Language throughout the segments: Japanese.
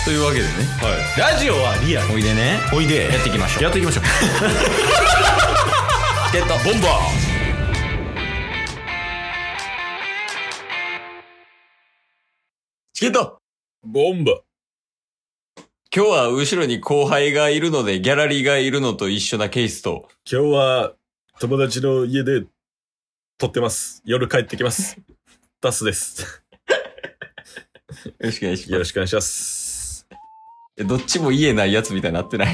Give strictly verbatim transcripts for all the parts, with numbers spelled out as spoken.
というわけでね、 はい、ラジオはリアル。 おいでね、 おいでやっていきましょう。 やっていきましょう。 チケットボンバー。チケットボンバー。 今日は後ろに後輩がいるのでギャラリーがいるのと一緒なケースと、 今日は友達の家で撮ってます。夜帰ってきます。タスです。 よろしくお願いします。 よろしくお願いします。 どっちも家ないやつみたいになってない？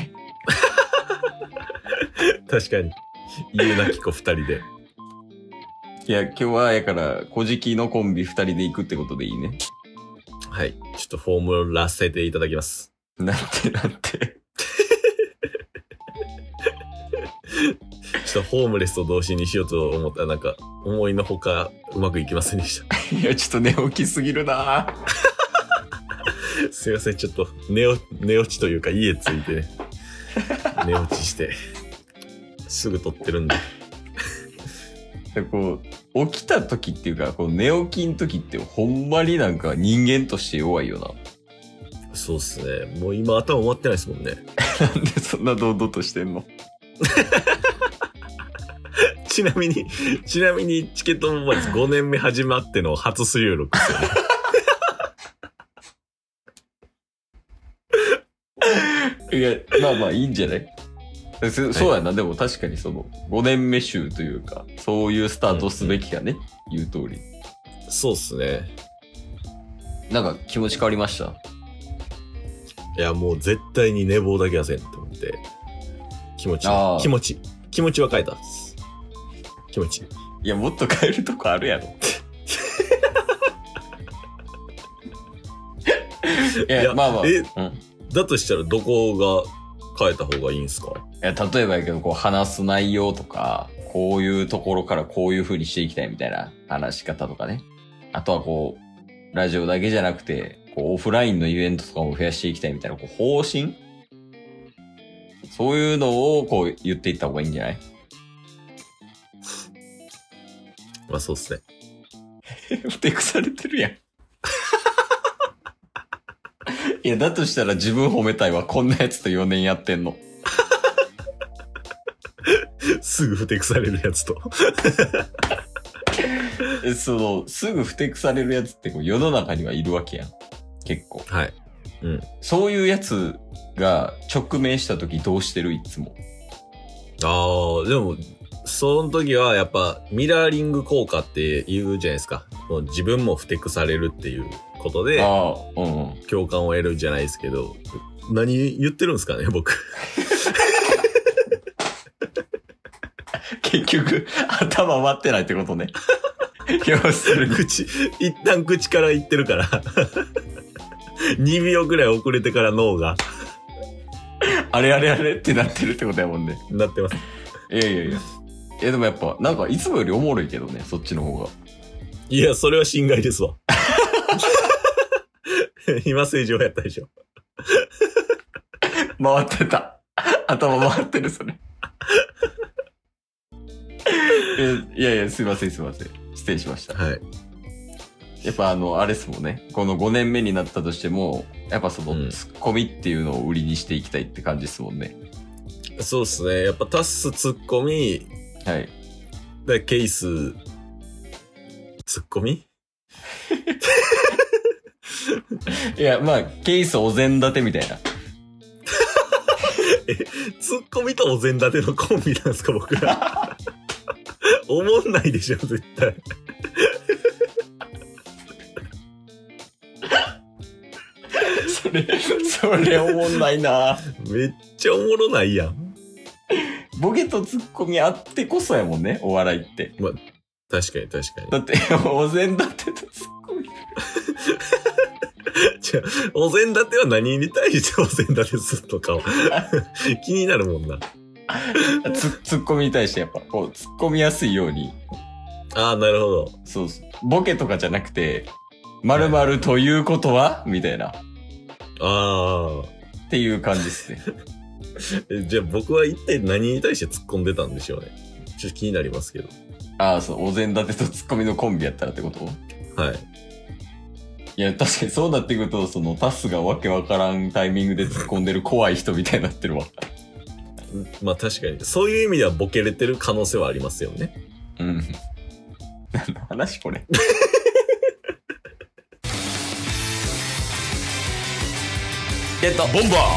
確かに。家なき子二人で。 いや、今日はやから、小じきのコンビ二人で行くってことでいいね。 はい。ちょっとフォームらせていただきます。 なんてなんて。 ちょっとホームレスと同時にしようと思ったらなんか、思いのほかうまくいきませんでした。 いや、ちょっと寝起きすぎるなすいません、ちょっと寝落寝落ちというか家ついてね。寝落ちして、すぐ撮ってるんで。 こう、起きた時っていうか、こう寝起きの時ってほんまになんか人間として弱いよな。 そうっすね。もう今頭終わってないですもんね。 なんでそんな堂々としてんの？ ちなみに、ちなみにチケットボンバーズごねんめ始まっての初収録ですよね。 いや、まあまあいいんじゃない？そ、そうやな、はい、でも確かにそのごねんめ集というか、そういうスタートすべきかね、うんうん、言う通り。 そうっすね。 なんか気持ち変わりました？ いや、もう絶対に寝坊だけはせんと思って。気持ち、気持ち、気持ちは変えたんです。気持ち。 いや、もっと変えるとこあるやろ。いや、いやまあまあ。 え、 うん、 だとしたらどこが変えた方がいいんすか？ いや、例えばやけど、こう話す内容とか、こういうところからこういう風にしていきたいみたいな話し方とかね。あとはこう、ラジオだけじゃなくて、こうオフラインのイベントとかも増やしていきたいみたいな、こう方針？そういうのをこう言っていった方がいいんじゃない？ まあそうっすね。 ふてくされてるやん。いや、だとしたら自分褒めたいわ。こんなやつとよねんやってんの。 すぐふてくされるやつと。 その、すぐふてくされるやつってこう世の中にはいるわけやん。結構。 はい。うん。 そういうやつが直面した時どうしてる？いつも。ああ、でも、その時はやっぱミラーリング効果って言うじゃないですか。もう自分もふてくされるっていうことで、 あ、うんうん、 共感を得るじゃないですけど、何言ってるんですかね、僕。 結局、頭回ってないってことね。要するに。 口、一旦口から言ってるから。にびょうくらい遅れてから脳が。 あれあれあれってなってるってことやもんね。 なってます。 いやいやいや。いやでもやっぱ、なんかいつもよりおもろいけどね、そっちの方が。 いや、それは心外ですわ。今正常やったでしょ。 回ってた。頭回ってる、それ。いやいや、すいませんすいません。失礼しました。 はい。 やっぱあの、あれっすもんね。このごねんめになったとしても、やっぱその、 うん、 ツッコミっていうのを売りにしていきたいって感じっすもんね。 そうっすね。やっぱタスツッコミ。 はい。 で、ケース、ツッコミいや、まあ、ケースお膳立てみたいな。 え、ツッコミとお膳立てのコンビなんですか、僕ら。おもんないでしょ、絶対。 それ、それおもんないな。 めっちゃおもろないやん。 ボケとツッコミあってこそやもんね、お笑いって。 ま、確かに確かに。 だって、お膳立てとツッコミ。 じゃあ、お膳立ては何に対してお膳立てするのかを気になるもんな。 ツ, ツッコミに対してやっぱこうツッコみやすいように。 ああ、なるほど。 そうそう。ボケとかじゃなくて、〇〇ということはみたいな。 ああ。 っていう感じですね。 じゃあ僕は一体何に対して突っ込んでたんでしょうね。ちょっと気になりますけど。 ああ、そう。お膳立てとツッコミのコンビやったらってこと？ はい。 いや、確かにそうなってくると、そのタスがわけわからんタイミングで突っ込んでる怖い人みたいになってるわ。 まあ確かに。そういう意味ではボケれてる可能性はありますよね。 うん。何の話これ。ゲットボンバ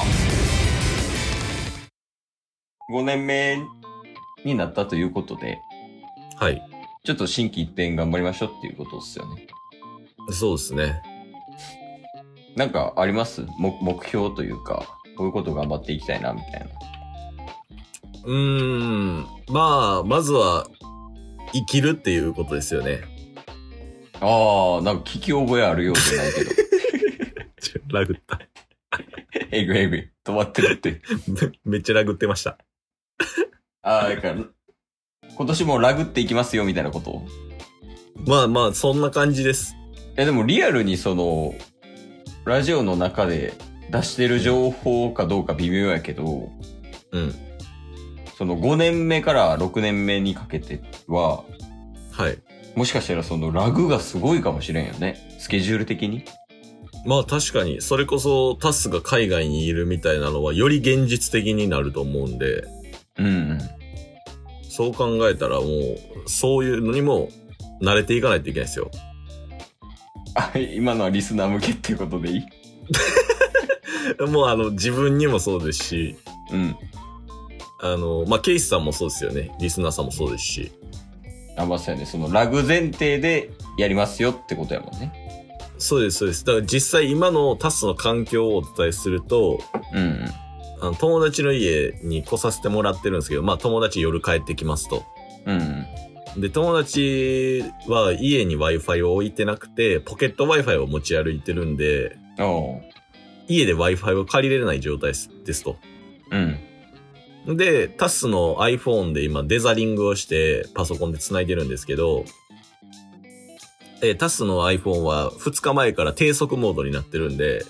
ごねんめになったということで、 ーはい。 ちょっと心機一転頑張りましょうっていうことですよね。 そうですね。 なんかあります目目標というか、こういうこと頑張っていきたいなみたいな。 うーん。まあ、まずは、生きるっていうことですよね。 ああ、なんか聞き覚えあるようじゃないけど。 ちょラグった。 えぐいえぐい。止まってるって。 めめっちゃラグってました。 ああ、だから、今年もラグっていきますよみたいなことまあまあ、そんな感じです。 え、でもリアルにその、ラジオの中で出してる情報かどうか微妙やけど、 うん。 そのごねんめからろくねんめにかけては、 はい。 もしかしたらそのラグがすごいかもしれんよね。スケジュール的に。 まあ確かに、それこそタスが海外にいるみたいなのはより現実的になると思うんで、 うんうん。 そう考えたらもう、そういうのにも慣れていかないといけないですよ。 あ、今のはリスナー向けっていうことでいい？ もうあの、自分にもそうですし、 うん。 あの、まあケイスさんもそうですよね。リスナーさんもそうですし。 あ、まあそうやね。そのラグ前提でやりますよってことやもんね。 そうです、そうです。だから実際今のタスの環境をお伝えすると、 うんうん。 あの友達の家に来させてもらってるんですけど、まあ友達夜帰ってきますと。 うんうん。 で、友達は家に Wi-Fi を置いてなくて、ポケット Wi-Fi を持ち歩いてるんで、 おう。 家で Wi-Fi を借りれない状態ですですと。 うん。 で、タスの iPhone で今デザリングをしてパソコンで繋いでるんですけど、えー、タスの iPhone はふつかまえから低速モードになってるんで、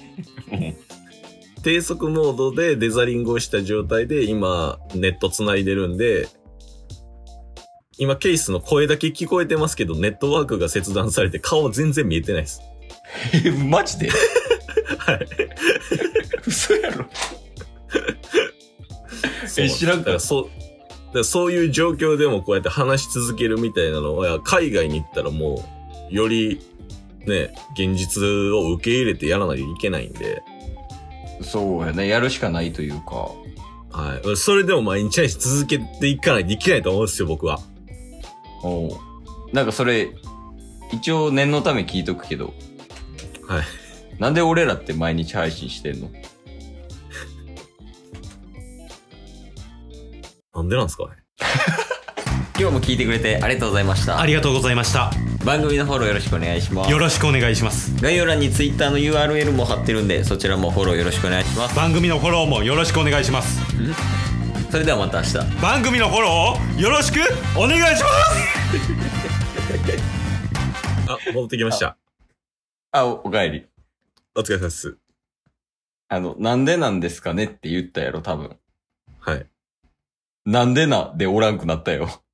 低速モードでデザリングをした状態で今ネット繋いでるんで、今ケイスの声だけ聞こえてますけど、ネットワークが切断されて顔全然見えてないです。 え、マジで？ はい。 嘘やろ？え、知らんか。 だからそう、だからそういう状況でもこうやって話し続けるみたいなのは、海外に行ったらもう、より、ね、現実を受け入れてやらないといけないんで。 そうやね。やるしかないというか。 はい。それでも毎日毎日続けていかないといけないと思うんですよ、僕は。 おう。なんかそれ、一応念のため聞いとくけど。 はい。 なんで俺らって毎日配信してんの？ なんでなんですかね。 今日も聞いてくれてありがとうございました。 ありがとうございました。 番組のフォローよろしくお願いします。 よろしくお願いします。 概要欄に Twitter の ユーアールエル も貼ってるんで、そちらもフォローよろしくお願いします。 番組のフォローもよろしくお願いします。 それではまた明日。 番組のフォローをよろしくお願いします。 あ、戻ってきました。 あ、お、お帰り。 お疲れ様です。 あの、なんでなんですかねって言ったやろ、多分。 はい。 なんでなでおらんくなったよ。